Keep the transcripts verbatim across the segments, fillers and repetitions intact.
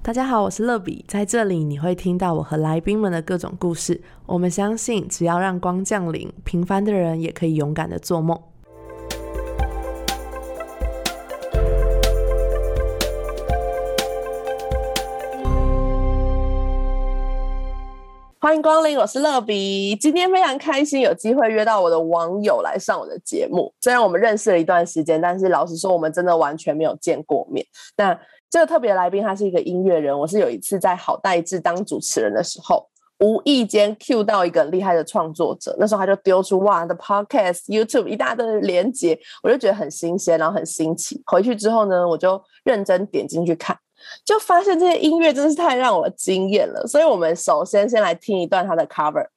大家好，我是乐比，在这里你会听到我和来宾们的各种故事。我们相信，只要让光降临，平凡的人也可以勇敢的做梦。欢迎光临，我是乐比。今天非常开心有机会约到我的网友来上我的节目。虽然我们认识了一段时间，但是老实说我们真的完全没有见过面。那这个特别来宾他是一个音乐人，我是有一次在好代志当主持人的时候无意间 cue 到一个厉害的创作者，那时候他就丢出哇的 podcast YouTube 一大堆的连结，我就觉得很新鲜，然后很新奇。回去之后呢，我就认真点进去看，就发现这些音乐真是太让我惊艳了。所以我们首先先来听一段他的 cover。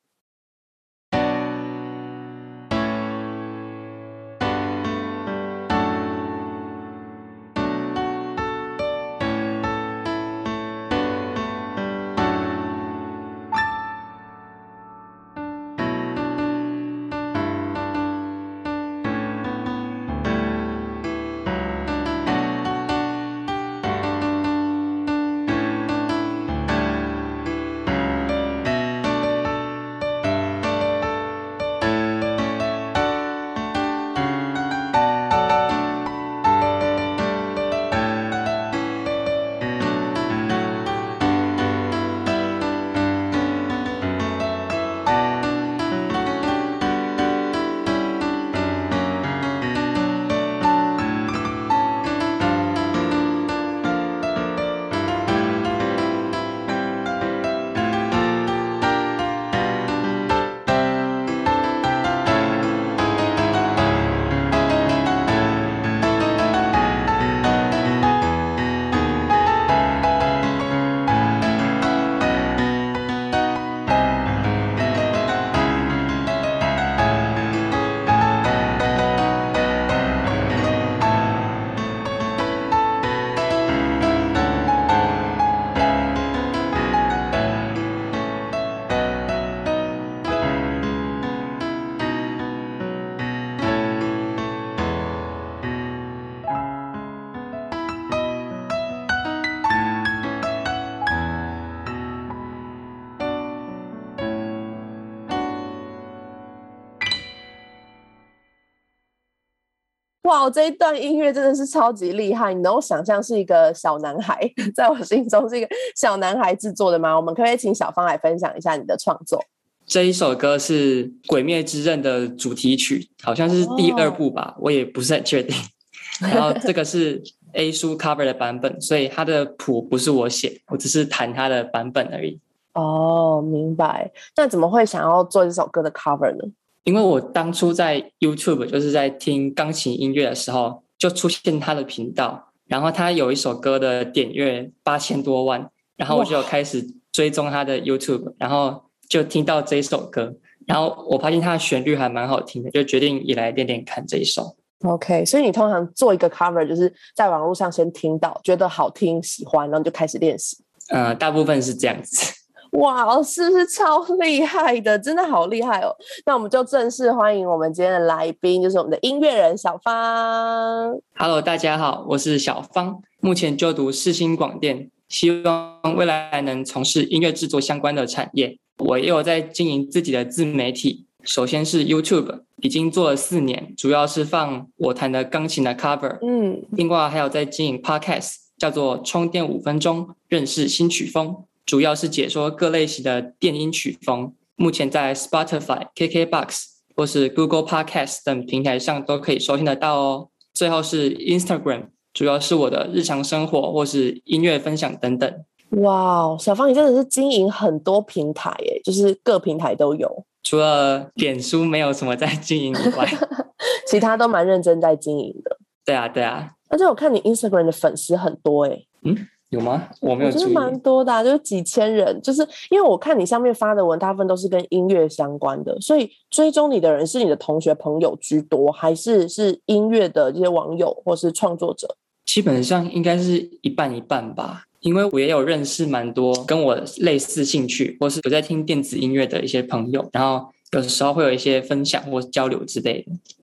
哇，这一段音乐真的是超级厉害，你能够想象是一个小男孩，在我心中是一个小男孩制作的吗？我们可不可以请小芳来分享一下你的创作？ 这一首歌是《鬼灭之刃》的主题曲，好像是第二部吧，哦、我也不是很确定。然后这个是 A 书 cover 的版本，所以它的谱不是我写，我只是弹它的版本而已。 哦，明白。那怎么会想要做这首歌的 cover 呢？ 因为我当初在 YouTube 就是在听钢琴音乐的时候，就出现他的频道，然后他有一首歌的点阅八千多万，然后我就开始追踪他的 YouTube， 然后就听到这一首歌，然后我发现他的旋律还蛮好听的，就决定也来练练看这一首。 OK， 所以你通常做一个 cover 就是在网络上先听到觉得好听喜欢，然后就开始练习。 呃，大部分是这样子。 哇，是不是超厉害的？真的好厉害哦！那我们就正式欢迎我们今天的来宾，就是我们的音乐人小芳。 Hello， 大家好，我是小芳，目前就读世新广电，希望未来能从事音乐制作相关的产业。我也有在经营自己的自媒体，首先是 YouTube， 已经做了四年，主要是放我弹的钢琴的 cover。嗯，另外还有在经营 Podcast， 叫做充电五分钟，认识新曲风。主要是解说各类型的电音曲风，目前在 Spotify、K K B O X 或是 Google Podcast 等平台上都可以收听得到哦。最后是 Instagram， 主要是我的日常生活或是音乐分享等等。 哇，小芳你真的是经营很多平台耶，就是各平台都有。 除了脸书没有什么在经营以外， 其他都蛮认真在经营的。 对啊，对啊。 而且我看你 Instagram 的粉丝很多耶。 嗯。有吗？我没有注意。 我觉得蛮多的、啊、就是几千人，就是因为我看你上面发的文大部分都是跟音乐相关的，所以追踪你的人是你的同学朋友居多，还是是音乐的这些网友或是创作者？ 基本上应该是一半一半吧，因为我也有认识蛮多跟我类似兴趣或是有在听电子音乐的一些朋友，然后有时候会有一些分享或交流之类的。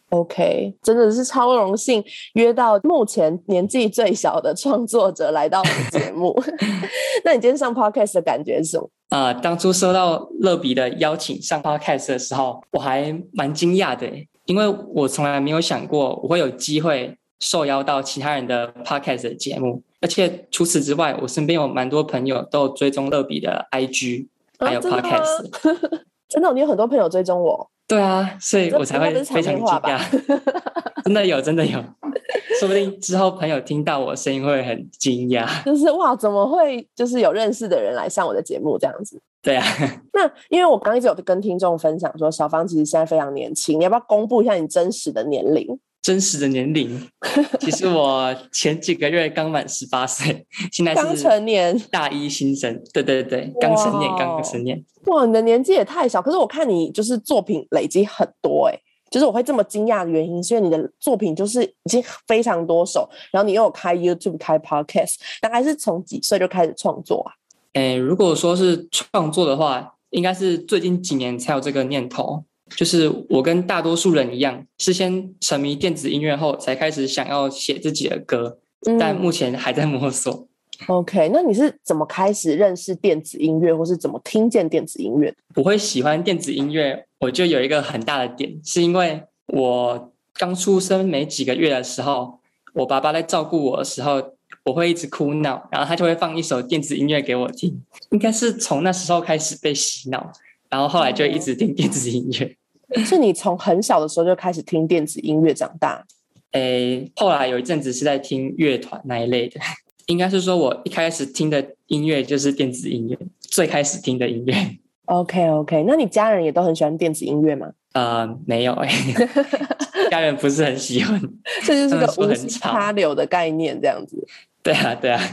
OK， 真的是超荣幸约到目前年纪最小的创作者来到我的节目。那你今天上 podcast 的感觉是什么？ 呃，当初收到乐比的邀请上 podcast 的时候，我还蛮惊讶的，因为我从来没有想过我会有机会受邀到其他人的 podcast 的节目，而且除此之外，我身边有蛮多朋友都有追踪乐比的 I G， 还有 podcast。 啊、真的，你有很多朋友追踪我。 对啊，所以我才会非常惊讶。真的有，真的有，说不定之后朋友听到我声音会很惊讶， 就是哇，怎么会就是有认识的人来上我的节目这样子？ 对啊。 那因为我刚一直有跟听众分享说，小芳其实现在非常年轻，你要不要公布一下你真实的年龄？ 真实的年龄，其实我前几个月刚满十八岁，现在是刚成年， 大一新生。对对对，刚成年，刚成年。 哇，你的年纪也太小，可是我看你就是作品累积很多哎、欸，就是我会这么惊讶的原因，是因为你的作品就是已经非常多首，然后你又有开 YouTube、开 Podcast， 大概是从几岁就开始创作啊？ 诶，如果说是创作的话，应该是最近几年才有这个念头。就是我跟大多数人一样，是先沉迷电子音乐后才开始想要写自己的歌，嗯、但目前还在摸索。 OK， 那你是怎么开始认识电子音乐，或是怎么听见电子音乐的？ 我会喜欢电子音乐，我就有一个很大的点，是因为我刚出生没几个月的时候，我爸爸在照顾我的时候，我会一直哭闹，然后他就会放一首电子音乐给我听，应该是从那时候开始被洗脑。然后后来就一直听电子音乐。 是你从很小的时候就开始听电子音乐长大？ 诶，后来有一阵子是在听乐团那一类的，应该是说我一开始听的音乐就是电子音乐，最开始听的音乐。 OK OK， 那你家人也都很喜欢电子音乐吗？ 呃，没有诶，家人不是很喜欢， 这就是个无心插柳的概念，这样子。 对啊，对啊。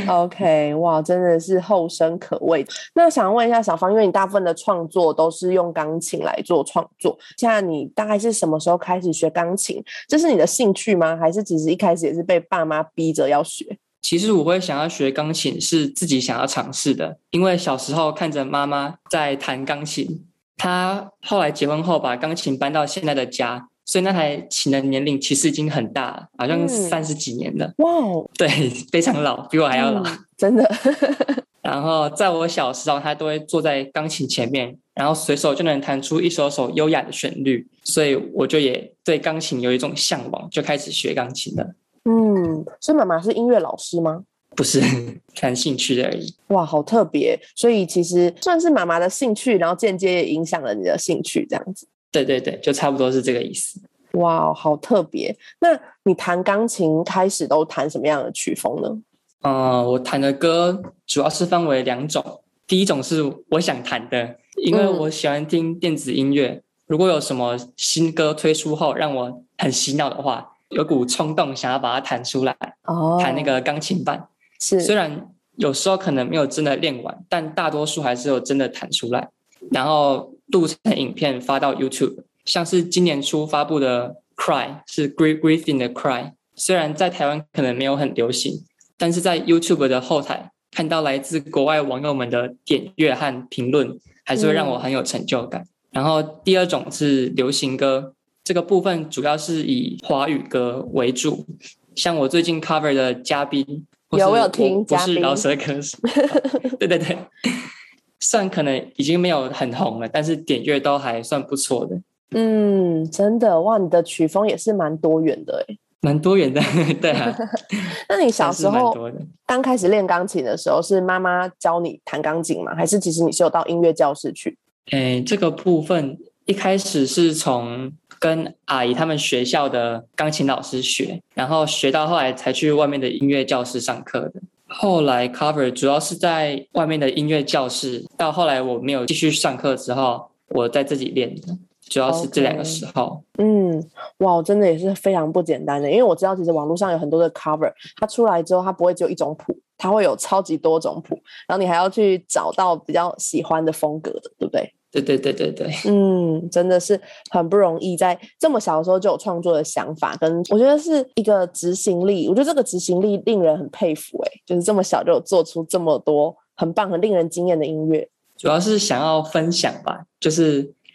OK， 哇，真的是后生可畏。那想问一下小芳，因为你大部分的创作都是用钢琴来做创作，现在你大概是什么时候开始学钢琴？这是你的兴趣吗？还是其实一开始也是被爸妈逼着要学？ 其实我会想要学钢琴是自己想要尝试的，因为小时候看着妈妈在弹钢琴，她后来结婚后把钢琴搬到现在的家，所以那台琴的年龄其实已经很大了，好像三十几年了。 哇、嗯， 对，非常老，比我还要老， 嗯、真的。 然后在我小时候，他都会坐在钢琴前面，然后随手就能弹出一首首优雅的旋律，所以我就也对钢琴有一种向往，就开始学钢琴了。 嗯，所以妈妈是音乐老师吗？ 不是，看兴趣的而已。 哇，好特别！所以其实算是妈妈的兴趣，然后间接也影响了你的兴趣，这样子。 对对对，就差不多是这个意思。 哇，好特别！那你弹钢琴开始都弹什么样的曲风呢？ 呃，我弹的歌主要是分为两种，第一种是我想弹的，因为我喜欢听电子音乐、嗯、如果有什么新歌推出后让我很洗脑的话，有股冲动想要把它弹出来，哦，弹那个钢琴版。是，虽然有时候可能没有真的练完，但大多数还是有真的弹出来，然后录成影片发到 YouTube， 像是今年初发布的 Cry 是 Griffin 的 Cry， 虽然在台湾可能没有很流行，但是在 YouTube 的后台看到来自国外网友们的点阅和评论，还是会让我很有成就感、嗯、然后第二种是流行歌，这个部分主要是以华语歌为主，像我最近 cover 的嘉宾， 有我有听嘉宾，不是饶舌歌手对对对，虽然可能已经没有很红了，但是点阅都还算不错的。 嗯，真的哇，你的曲风也是蛮多元的耶。 蛮多元的，对啊。 那你小时候刚开始练钢琴的时候，是妈妈教你弹钢琴吗？还是其实你是有到音乐教室去？ 诶，这个部分一开始是从跟阿姨他们学校的钢琴老师学，然后学到后来才去外面的音乐教室上课的。后来 cover 主要是在外面的音乐教室，到后来我没有继续上课之后，我在自己练的。主要是这两个时候。 Okay. 嗯，哇，真的也是非常不简单的，因为我知道其实网络上有很多的 cover， 它出来之后它不会只有一种谱，它会有超级多种谱，然后你还要去找到比较喜欢的风格的，对不对？ 对对对对对， 嗯，真的是很不容易，在这么小的时候就有创作的想法，跟我觉得是一个执行力，我觉得这个执行力令人很佩服耶，就是这么小就有做出这么多很棒很令人惊艳的音乐。 主要是想要分享吧，就是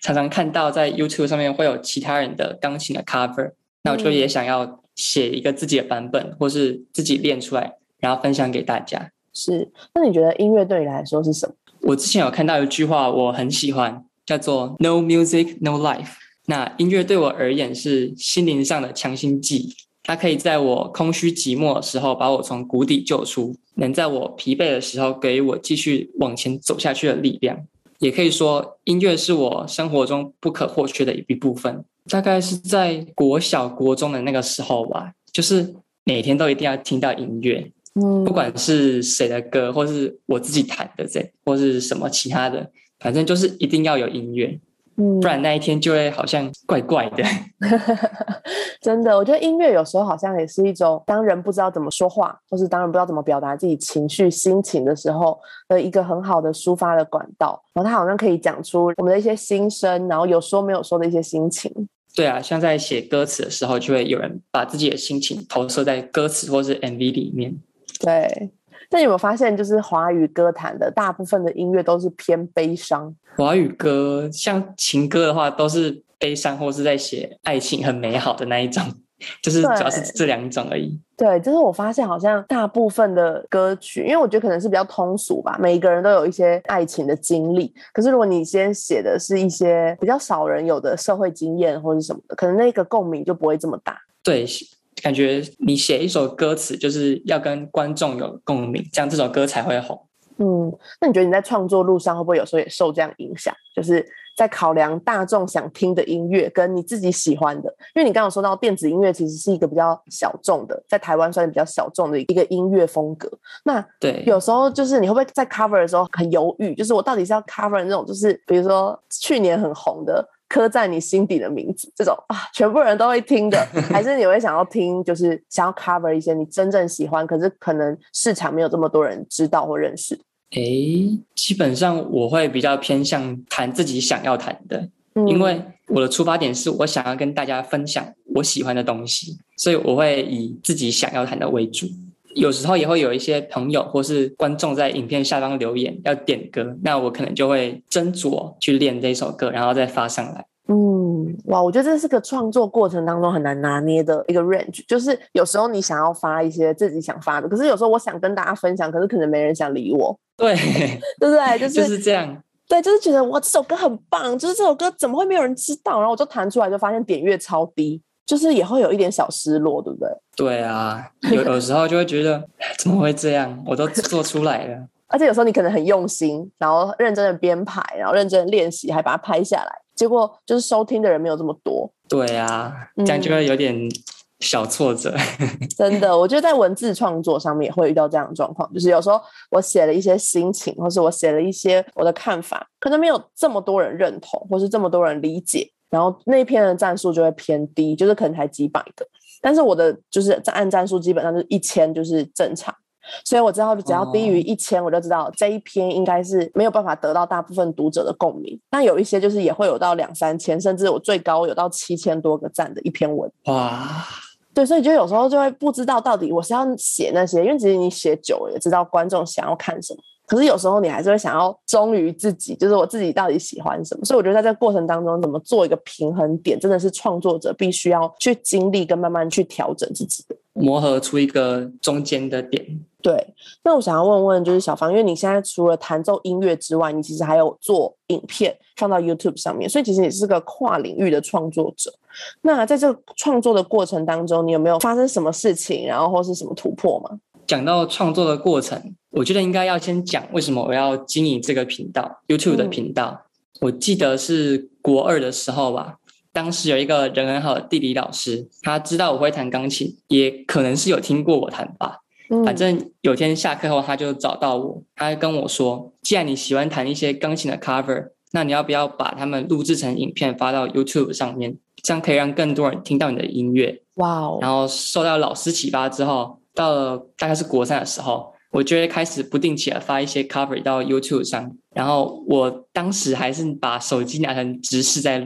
常常看到在 YouTube 上面会有其他人的钢琴的 cover， 那我就也想要写一个自己的版本，或是自己练出来，然后分享给大家。 是，那你觉得音乐对你来说是什么？ 我之前有看到一句话我很喜欢，叫做 No music, no life。 那音乐对我而言是心灵上的强心剂，它可以在我空虚寂寞的时候把我从谷底救出，能在我疲惫的时候给予我继续往前走下去的力量。也可以说音乐是我生活中不可或缺的一部分。大概是在国小国中的那个时候吧，就是每天都一定要听到音乐，嗯，不管是谁的歌或是我自己弹的这或是什么其他的，反正就是一定要有音乐，嗯，不然那一天就会好像怪怪的。 真的，我觉得音乐有时候好像也是一种当人不知道怎么说话，或是当人不知道怎么表达自己情绪心情的时候的一个很好的抒发的管道，然后它好像可以讲出我们的一些心声，然后有说没有说的一些心情。 对啊，像在写歌词的时候，就会有人把自己的心情投射在歌词或是 M V 里面。 对，但你有没有发现就是华语歌坛的大部分的音乐都是偏悲伤？ 华语歌像情歌的话都是悲伤或是在写爱情很美好的那一种，就是主要是这两种而已。 对，就是我发现好像大部分的歌曲，因为我觉得可能是比较通俗吧，每一个人都有一些爱情的经历，可是如果你先写的是一些比较少人有的社会经验或者什么的，可能那个共鸣就不会这么大。 对，感觉你写一首歌词就是要跟观众有共鸣，这样这首歌才会红。 嗯，那你觉得你在创作路上会不会有时候也受这样影响，就是在考量大众想听的音乐跟你自己喜欢的？因为你刚刚说到电子音乐其实是一个比较小众的，在台湾算是比较小众的一个音乐风格，那对， 有时候就是你会不会在 cover 的时候很犹豫，就是我到底是要 cover 那种就是比如说去年很红的刻在你心底的名字这种啊，全部人都会听的，还是你会想要听就是想要 cover 一些你真正喜欢可是可能市场没有这么多人知道或认识？ 诶，基本上我会比较偏向弹自己想要弹的，嗯，因为我的出发点是我想要跟大家分享我喜欢的东西，所以我会以自己想要弹的为主。有时候也会有一些朋友或是观众在影片下方留言要点歌，那我可能就会斟酌去练这首歌然后再发上来。 嗯，哇，我觉得这是个创作过程当中很难拿捏的一个 range， 就是有时候你想要发一些自己想发的，可是有时候我想跟大家分享，可是可能没人想理我。 对， 对不对？就是、 就是这样。 对，就是觉得哇，这首歌很棒，就是这首歌怎么会没有人知道？然后我就弹出来，就发现点阅超低，就是也会有一点小失落，对不对？ 对啊，有有时候就会觉得怎么会这样？我都做出来了。 而且有时候你可能很用心，然后认真的编排，然后认真的练习，还把它拍下来，结果就是收听的人没有这么多。 对啊，这样就会有点小挫折。 真的，我觉得在文字创作上面也会遇到这样的状况，就是有时候我写了一些心情，或是我写了一些我的看法，可能没有这么多人认同，或是这么多人理解，然后那篇的赞数就会偏低，就是可能才几百个，但是我的就是按赞数基本上就是一千就是正常，所以我知道只要低于一千，我就知道这一篇应该是没有办法得到大部分读者的共鸣。那有一些就是也会有到两三千，甚至我最高有到七千多个赞的一篇文。 哇， 对，所以就有时候就会不知道到底我是要写那些，因为其实你写久了也知道观众想要看什么，可是有时候你还是会想要忠于自己，就是我自己到底喜欢什么。所以我觉得在这个过程当中怎么做一个平衡点，真的是创作者必须要去经历跟慢慢去调整自己的， 磨合出一个中间的点。 对，那我想要问问就是小芳，因为你现在除了弹奏音乐之外，你其实还有做影片放到 YouTube 上面，所以其实你是个跨领域的创作者。那在这个创作的过程当中，你有没有发生什么事情，然后或是什么突破吗？ 讲到创作的过程，我觉得应该要先讲为什么我要经营这个频道 YouTube 的频道、嗯、我记得是国二的时候吧，当时有一个人很好的地理老师，他知道我会弹钢琴，也可能是有听过我弹吧，反正有天下课后他就找到我，他跟我说，既然你喜欢弹一些钢琴的 cover， 那你要不要把它们录制成影片发到 YouTube 上面，这样可以让更多人听到你的音乐。哇哦！然后受到老师启发之后，到了大概是国三的时候，我就会开始不定期的发一些 cover 到 YouTube 上，然后我当时还是把手机拿成直视在录，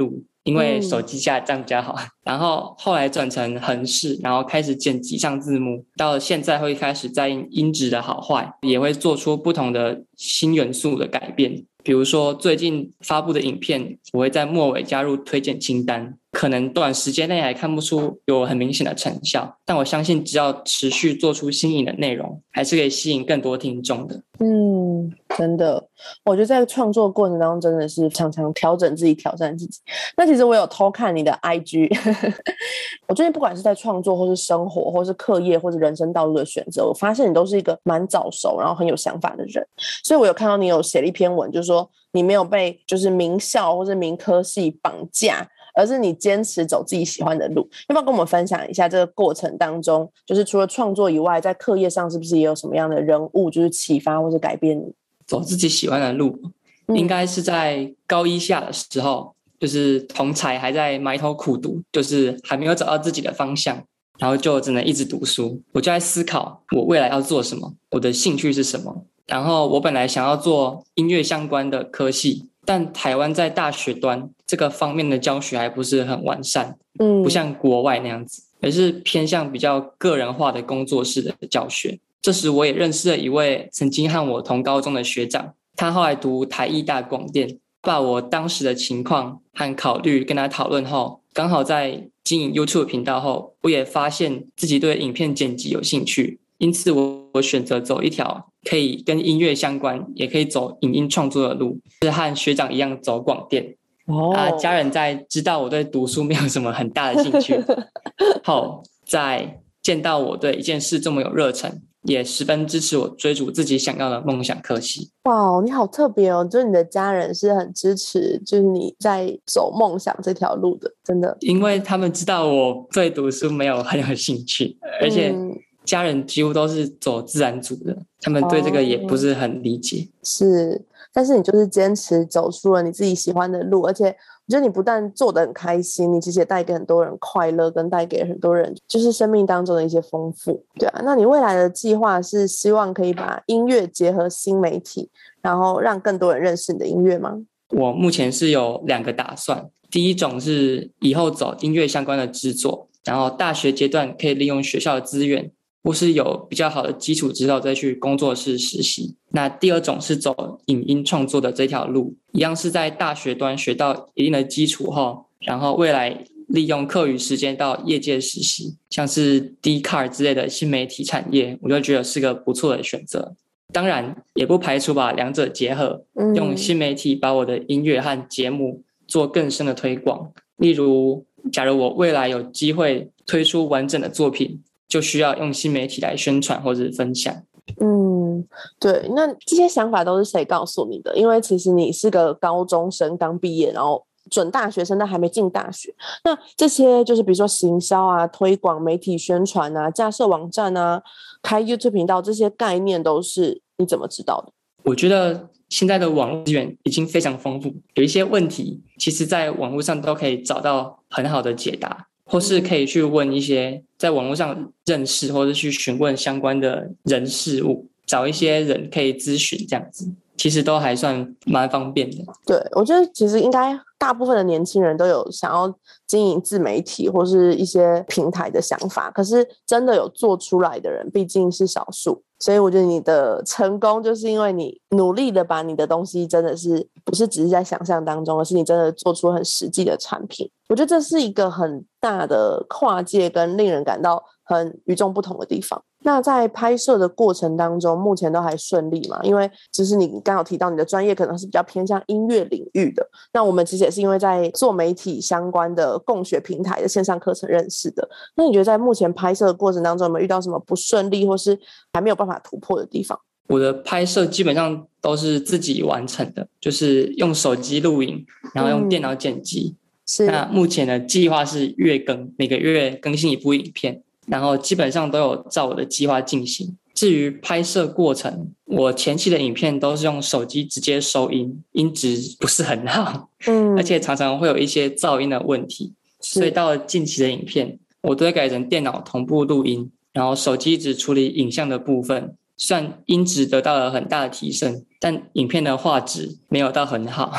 因为手机架这样比较好。嗯、然后后来转成横式，然后开始剪辑上字幕，到现在会开始在意音质的好坏，也会做出不同的新元素的改变。比如说最近发布的影片，我会在末尾加入推荐清单，可能短时间内还看不出有很明显的成效，但我相信只要持续做出新颖的内容，还是可以吸引更多听众的。 嗯，真的，我觉得在创作过程当中真的是常常调整自己，挑战自己。那其实我有偷看你的 I G 我最近不管是在创作或是生活或是课业或是人生道路的选择，我发现你都是一个蛮早熟然后很有想法的人。所以我有看到你有写了一篇文，就是说你没有被就是名校或是名科系绑架，而是你坚持走自己喜欢的路。要不要跟我们分享一下这个过程当中，就是除了创作以外，在课业上是不是也有什么样的人物就是启发或是改变你走自己喜欢的路？嗯、应该是在高一下的时候，就是同侪还在埋头苦读，就是还没有找到自己的方向，然后就只能一直读书。我就在思考我未来要做什么，我的兴趣是什么。然后我本来想要做音乐相关的科系，但台湾在大学端这个方面的教学还不是很完善，嗯，不像国外那样子，而是偏向比较个人化的工作室的教学。这时我也认识了一位曾经和我同高中的学长，他后来读台艺大广电，把我当时的情况和考虑跟他讨论后，刚好在经营 YouTube 频道后，我也发现自己对影片剪辑有兴趣，因此我我选择走一条可以跟音乐相关，也可以走影音创作的路，是和学长一样走广电。哦、啊，家人在知道我对读书没有什么很大的兴趣后，在见到我对一件事这么有热忱，也十分支持我追逐自己想要的梦想科系。 哇，你好特别哦！就是你的家人是很支持，就是你在走梦想这条路的，真的。 因为他们知道我对读书没有很有兴趣，而且家人几乎都是走自然组的，他们对这个也不是很理解。 哦、是，但是你就是坚持走出了你自己喜欢的路，而且我觉得你不但做得很开心，你其实也带给很多人快乐，跟带给很多人就是生命当中的一些丰富。对啊，那你未来的计划是希望可以把音乐结合新媒体，然后让更多人认识你的音乐吗？ 我目前是有两个打算，第一种是以后走音乐相关的制作，然后大学阶段可以利用学校的资源，或是有比较好的基础之后再去工作室实习。那第二种是走影音创作的这条路，一样是在大学端学到一定的基础后，然后未来利用课余时间到业界实习，像是 Dcard 之类的新媒体产业，我就觉得是个不错的选择。当然也不排除把两者结合，用新媒体把我的音乐和节目做更深的推广。例如假如我未来有机会推出完整的作品，就需要用新媒体来宣传或者分享。 嗯，对，那这些想法都是谁告诉你的？因为其实你是个高中生刚毕业，然后准大学生但还没进大学，那这些就是比如说行销啊、推广、媒体宣传啊、架设网站啊、开 YouTube 频道，这些概念都是你怎么知道的？ 我觉得现在的网络资源已经非常丰富，有一些问题其实在网络上都可以找到很好的解答，或是可以去问一些在网络上认识或者去询问相关的人事物，找一些人可以咨询，这样子其实都还算蛮方便的。 对，我觉得其实应该大部分的年轻人都有想要经营自媒体或是一些平台的想法，可是真的有做出来的人毕竟是少数，所以我觉得你的成功就是因为你努力的把你的东西真的是不是只是在想象当中，而是你真的做出很实际的产品。我觉得这是一个很大的跨界跟令人感到很与众不同的地方。那在拍摄的过程当中目前都还顺利吗？因为其实你刚好提到你的专业可能是比较偏向音乐领域的，那我们其实也是因为在做媒体相关的共学平台的线上课程认识的。那你觉得在目前拍摄的过程当中有没有遇到什么不顺利或是还没有办法突破的地方？ 我的拍摄基本上都是自己完成的，就是用手机录影，然后用电脑剪辑、嗯、是。那目前的计划是月更，每个月更新一部影片，然后基本上都有照我的计划进行。至于拍摄过程，我前期的影片都是用手机直接收音，音质不是很好，嗯，而且常常会有一些噪音的问题，所以到了近期的影片，我都会改成电脑同步录音，然后手机只处理影像的部分。虽然音质得到了很大的提升，但影片的画质没有到很好。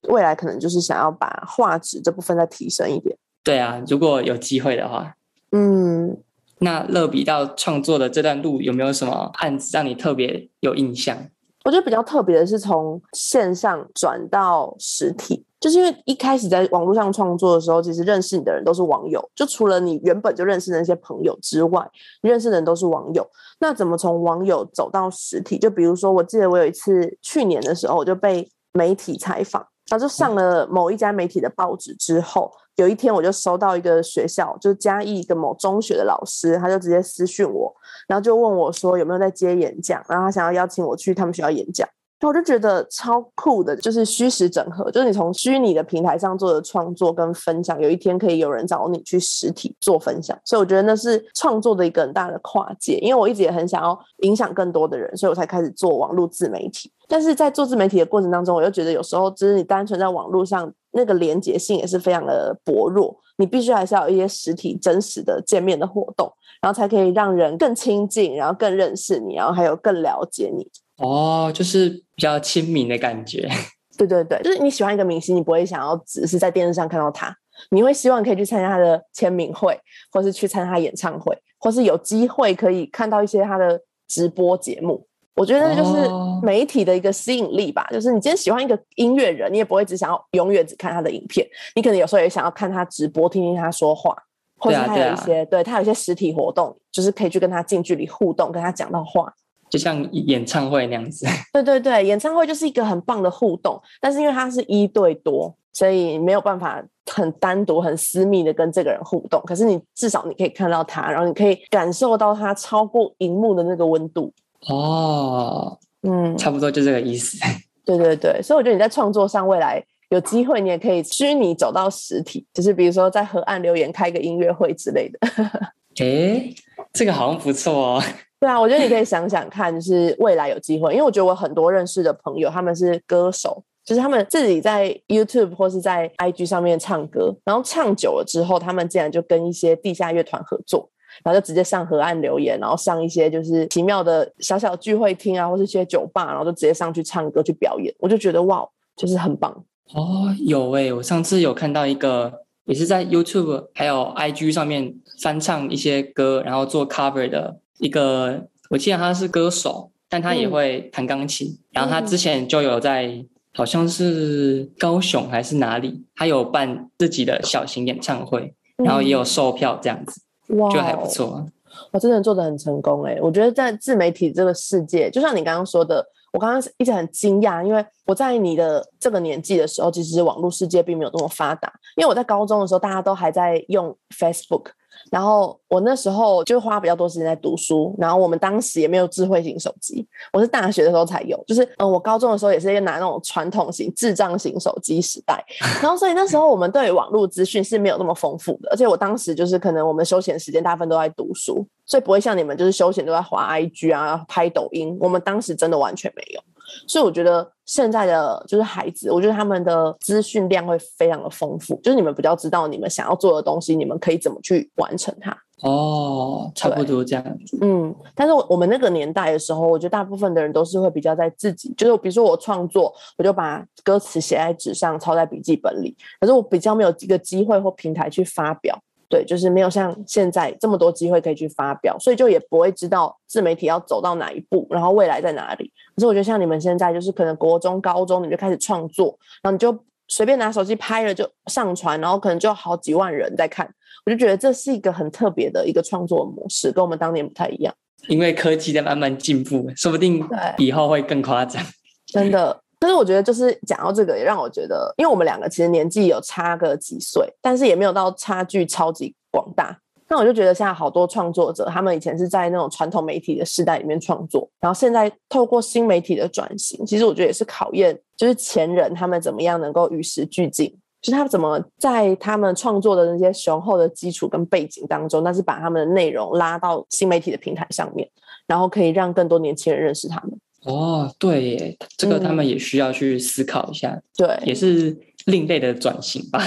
未来可能就是想要把画质这部分再提升一点。 对啊，如果有机会的话。 嗯， 那乐比到创作的这段路有没有什么案子让你特别有印象？ 我觉得比较特别的是从线上转到实体，就是因为一开始在网络上创作的时候，其实认识你的人都是网友，就除了你原本就认识的那些朋友之外，你认识的人都是网友。那怎么从网友走到实体？就比如说我记得我有一次去年的时候，我就被媒体采访，然后就上了某一家媒体的报纸之后，有一天我就收到一个学校，就是嘉义一个某中学的老师，他就直接私讯我，然后就问我说有没有在接演讲，然后他想要邀请我去他们学校演讲。那我就觉得超酷的，就是虚实整合，就是你从虚拟的平台上做的创作跟分享，有一天可以有人找你去实体做分享，所以我觉得那是创作的一个很大的跨界。因为我一直也很想要影响更多的人，所以我才开始做网络自媒体。但是在做自媒体的过程当中，我又觉得有时候只是你单纯在网络上那个连结性也是非常的薄弱，你必须还是要有一些实体真实的见面的活动，然后才可以让人更亲近，然后更认识你，然后还有更了解你。 哦，就是比较亲民的感觉。 对对对，就是你喜欢一个明星，你不会想要只是在电视上看到他，你会希望可以去参加他的签名会，或是去参加他演唱会，或是有机会可以看到一些他的直播节目。我觉得那就是媒体的一个吸引力吧、哦、就是你今天喜欢一个音乐人，你也不会只想要永远只看他的影片，你可能有时候也想要看他直播，听听他说话，或是他有一些 对,、啊对, 啊、对他有一些实体活动，就是可以去跟他近距离互动，跟他讲到话， 就像演唱会那样子。 对对对，演唱会就是一个很棒的互动，但是因为它是一对多，所以没有办法很单独很私密的跟这个人互动，可是你至少你可以看到他，然后你可以感受到他超过荧幕的那个温度。 哦，嗯，差不多就这个意思。 对对对，所以我觉得你在创作上未来有机会你也可以虚拟走到实体，就是比如说在河岸留言开个音乐会之类的。 诶，这个好像不错哦。 对啊，我觉得你可以想想看，就是未来有机会，因为我觉得我很多认识的朋友他们是歌手，就是他们自己在 YouTube 或是在 I G 上面唱歌，然后唱久了之后他们竟然就跟一些地下乐团合作，然后就直接上河岸留言，然后上一些就是奇妙的小小聚会厅啊，或是一些酒吧，然后就直接上去唱歌去表演，我就觉得哇，就是很棒。 哦，有耶，我上次有看到一个也是在 YouTube 还有 I G 上面翻唱一些歌，然后做 cover 的一个，我记得他是歌手，但他也会弹钢琴、嗯、然后他之前就有在好像是高雄还是哪里，他有办自己的小型演唱会、嗯、然后也有售票这样子，哇，就还不错。 我真的做得很成功耶，我觉得在自媒体这个世界，就像你刚刚说的，我刚刚一直很惊讶，因为我在你的这个年纪的时候，其实网络世界并没有那么发达，因为我在高中的时候大家都还在用 Facebook， 然后我那时候就花比较多时间在读书，然后我们当时也没有智慧型手机，我是大学的时候才有，就是嗯，我高中的时候也是拿那种传统型智障型手机时代，然后所以那时候我们对于网络资讯是没有那么丰富的，而且我当时就是可能我们休闲时间大部分都在读书，所以不会像你们就是休闲都在滑 I G 啊拍抖音，我们当时真的完全没有，所以我觉得现在的就是孩子，我觉得他们的资讯量会非常的丰富，就是你们比较知道你们想要做的东西，你们可以怎么去完成它。 哦，差不多这样子。 嗯，但是我们那个年代的时候，我觉得大部分的人都是会比较在自己，就是比如说我创作，我就把歌词写在纸上，抄在笔记本里，可是我比较没有一个机会或平台去发表。对，就是没有像现在这么多机会可以去发表，所以就也不会知道自媒体要走到哪一步，然后未来在哪里。可是我觉得像你们现在就是可能国中高中你就开始创作，然后你就随便拿手机拍了就上传，然后可能就好几万人在看，我就觉得这是一个很特别的一个创作模式，跟我们当年不太一样。 因为科技在慢慢进步，说不定以后会更夸张。 真的。可是我觉得就是讲到这个也让我觉得，因为我们两个其实年纪有差个几岁，但是也没有到差距超级广大，那我就觉得现在好多创作者他们以前是在那种传统媒体的世代里面创作，然后现在透过新媒体的转型，其实我觉得也是考验就是前人他们怎么样能够与时俱进，就是他们怎么在他们创作的那些雄厚的基础跟背景当中，但是把他们的内容拉到新媒体的平台上面，然后可以让更多年轻人认识他们。 哦，对耶，这个他们也需要去思考一下、嗯、 对， 也是另类的转型吧。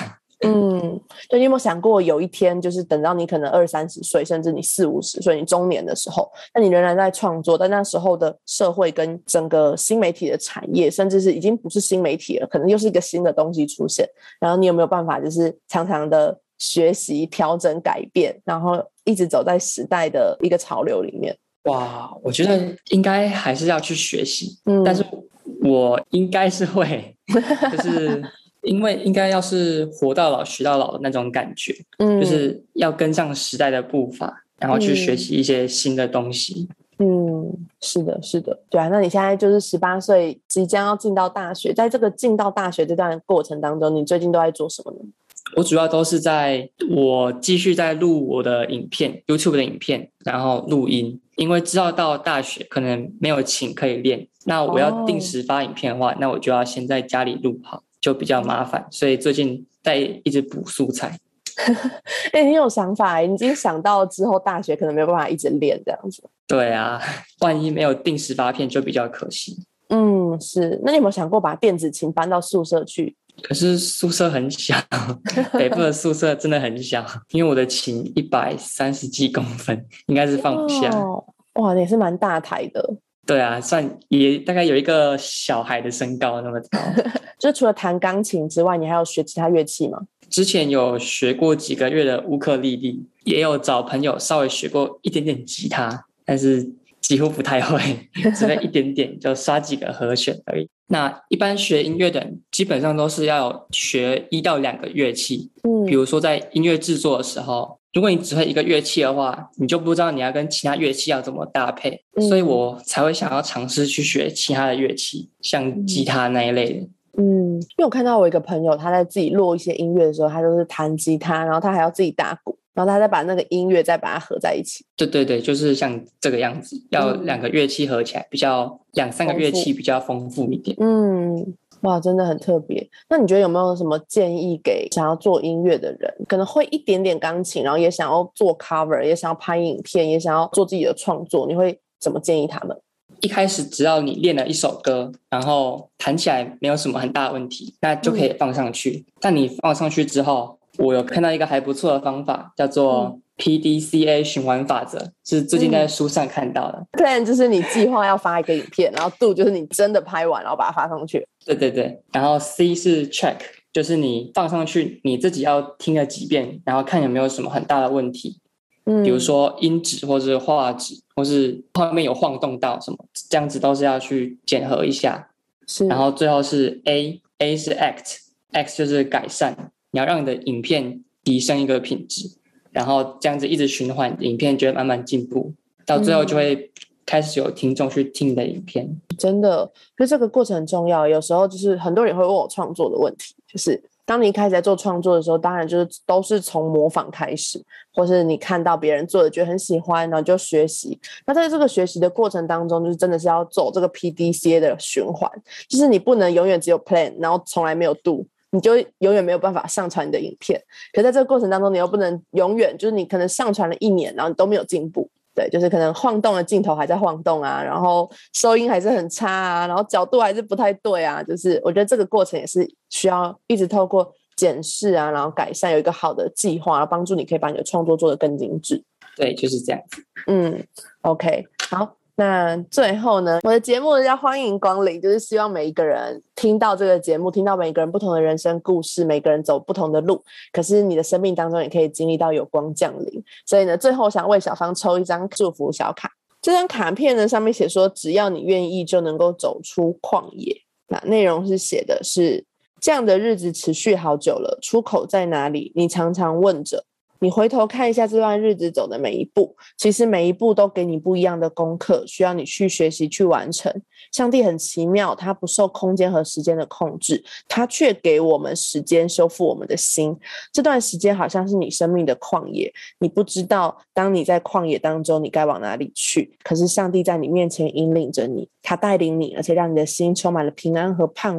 嗯，对，你有没有想过有一天，就是等到你可能二三十岁，甚至你四五十岁，你中年的时候，那你仍然在创作，但那时候的社会跟整个新媒体的产业，甚至是已经不是新媒体了，可能又是一个新的东西出现，然后你有没有办法，就是常常的学习、调整、改变，然后一直走在时代的一个潮流里面？ 哇，我觉得应该还是要去学习， 嗯， 但是我应该是会，就是因为应该要是活到老学到老的那种感觉，嗯，就是要跟上时代的步伐，然后去学习一些新的东西。 嗯，是的，是的，对啊。那你现在就是十八岁，即将要进到大学，在这个进到大学这段过程当中，你最近都在做什么呢？ 我主要都是在我继续在录我的影片 YouTube 的影片，然后录音，因为知道到大学可能没有琴可以练，那我要定时发影片的话，哦，那我就要先在家里录好，就比较麻烦，所以最近在一直补素材。 哎、欸，你有想法，你已经想到之后大学可能没有办法一直练这样子。 对啊，万一没有定时发片就比较可惜。 嗯，是。那你有没有想过把电子琴搬到宿舍去？ 可是宿舍很小，北部的宿舍真的很小，因为我的琴一百三十几公分，应该是放不下。 哦，哇，你也是蛮大台的。 对啊，算也大概有一个小孩的身高那么高。 就除了弹钢琴之外，你还有学其他乐器吗？ 之前有学过几个月的乌克丽丽，也有找朋友稍微学过一点点吉他，但是几乎不太会，只会一点点，就刷几个和弦而已。那一般学音乐的人基本上都是要学一到两个乐器，嗯，比如说在音乐制作的时候，如果你只会一个乐器的话，你就不知道你要跟其他乐器要怎么搭配，嗯，所以我才会想要尝试去学其他的乐器，像吉他那一类的。 嗯，因为我看到我一个朋友，他在自己录一些音乐的时候，他都是弹吉他，然后他还要自己打鼓，然后他再把那个音乐再把它合在一起。 对对对，就是像这个样子，要两个乐器合起来，比较两三个乐器比较丰富一点。 嗯，哇，真的很特别。那你觉得有没有什么建议给想要做音乐的人，可能会一点点钢琴，然后也想要做 cover， 也想要拍影片，也想要做自己的创作，你会怎么建议他们？ 一开始只要你练了一首歌，然后弹起来没有什么很大的问题，那就可以放上去。嗯，但你放上去之后，我有看到一个还不错的方法，叫做 P D C A 循环法则，是最近在书上看到的。 Plan 就是你计划要发一个影片，然后 Do 就是你真的拍完然后把它发上去。 对对对，然后 C 是 Check， 就是你放上去你自己要听了几遍，然后看有没有什么很大的问题。嗯，比如说音质或是画质或是画面有晃动到什么，这样子都是要去检核一下。是，然后最后是 A A 是 Act X 就是改善，你要让你的影片提升一个品质，然后这样子一直循环，影片就会慢慢进步，到最后就会开始有听众去听你的影片。嗯，真的， 所以这个过程很重要。有时候就是很多人会问我创作的问题，就是当你一开始在做创作的时候，当然就是都是从模仿开始，或是你看到别人做的觉得很喜欢，然后就学习。那在这个学习的过程当中，就是真的是要走这个 P D C A 的循环，就是你不能永远只有 plan， 然后从来没有 do， 你就永远没有办法上传你的影片。可在这个过程当中，你又不能永远就是你可能上传了一年，然后你都没有进步。对，就是可能晃动的镜头还在晃动啊，然后收音还是很差啊，然后角度还是不太对啊，就是我觉得这个过程也是需要一直透过检视啊，然后改善，有一个好的计划，然后帮助你可以把你的创作做得更精致。 对，就是这样子。 嗯 OK， 好，那最后呢，我的节目要欢迎光临，就是希望每一个人听到这个节目，听到每一个人不同的人生故事，每个人走不同的路，可是你的生命当中也可以经历到有光降临。所以呢，最后想为小芳抽一张祝福小卡，这张卡片呢上面写说，只要你愿意就能够走出旷野。那内容是写的是，这样的日子持续好久了，出口在哪里？你常常问着。你回头看一下这段日子走的每一步，其实每一步都给你不一样的功课，需要你去学习去完成。上帝很奇妙，他不受空间和时间的控制，他却给我们时间修复我们的心。这段时间好像是你生命的旷野，你不知道当你在旷野当中你该往哪里去，可是上帝在你面前引领着你，他带领你，而且让你的心充满了平安和盼望。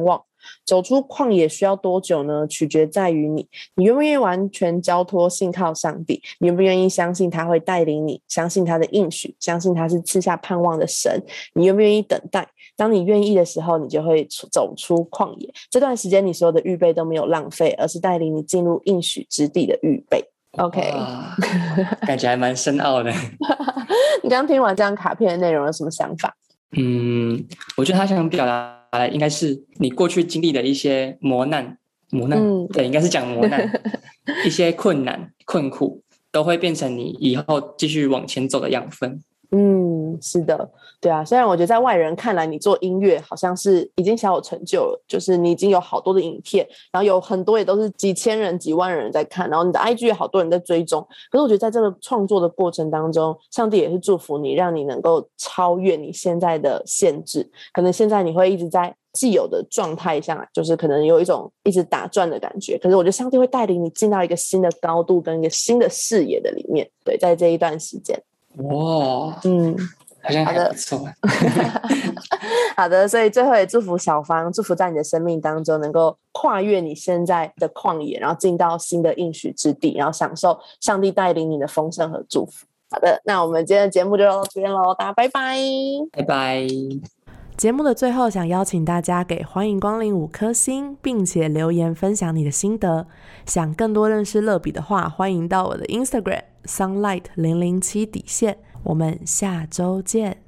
走出旷野需要多久呢？取决在于你，你愿不愿意完全交托信靠上帝，你愿不愿意相信他会带领你，相信他的应许，相信他是赐下盼望的神，你愿不愿意等待？当你愿意的时候，你就会走出旷野，这段时间你所有的预备都没有浪费，而是带领你进入应许之地的预备。 OK， 感觉还蛮深奥的。 你刚听完这样卡片的内容有什么想法？ 嗯，我觉得他想表达的应该是你过去经历的一些磨难磨难、嗯、对，应该是讲磨难一些困难困苦都会变成你以后继续往前走的养分。 嗯，是的，对啊，虽然我觉得在外人看来你做音乐好像是已经小有成就了，就是你已经有好多的影片，然后有很多也都是几千人几万人在看，然后你的 I G 也好多人在追踪，可是我觉得在这个创作的过程当中，上帝也是祝福你，让你能够超越你现在的限制，可能现在你会一直在既有的状态下，就是可能有一种一直打转的感觉，可是我觉得上帝会带领你进到一个新的高度跟一个新的视野的里面。对，在这一段时间。 哇， 嗯， 好像还不错。 好的，所以最后也祝福小芳，祝福在你的生命当中能够跨越你现在的旷野，然后进到新的应许之地，然后享受上帝带领你的丰盛和祝福。好的，那我们今天的节目就到这边咯，大家拜拜。 拜拜。 节目的最后，想邀请大家给欢迎光临五颗星，并且留言分享你的心得。想更多认识乐比的话，欢迎到我的 Instagram sunlight 零零七底线。我们下周见。